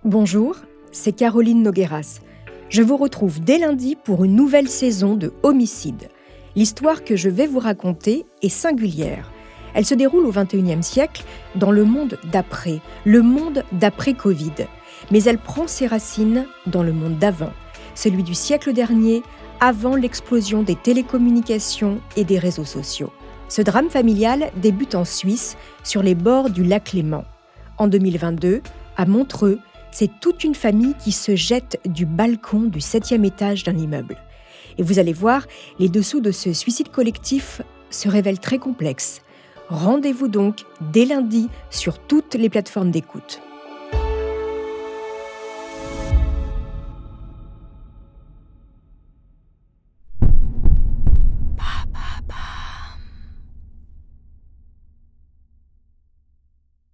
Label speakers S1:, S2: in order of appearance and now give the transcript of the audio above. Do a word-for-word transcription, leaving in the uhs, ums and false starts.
S1: Bonjour, c'est Caroline Nogueras. Je vous retrouve dès lundi pour une nouvelle saison de Homicide. L'histoire que je vais vous raconter est singulière. Elle se déroule au vingt et unième siècle, dans le monde d'après, le monde d'après-Covid. Mais elle prend ses racines dans le monde d'avant, celui du siècle dernier, avant l'explosion des télécommunications et des réseaux sociaux. Ce drame familial débute en Suisse, sur les bords du lac Léman. En deux mille vingt-deux, à Montreux, c'est toute une famille qui se jette du balcon du septième étage d'un immeuble. Et vous allez voir, les dessous de ce suicide collectif se révèlent très complexes. Rendez-vous donc dès lundi sur toutes les plateformes d'écoute.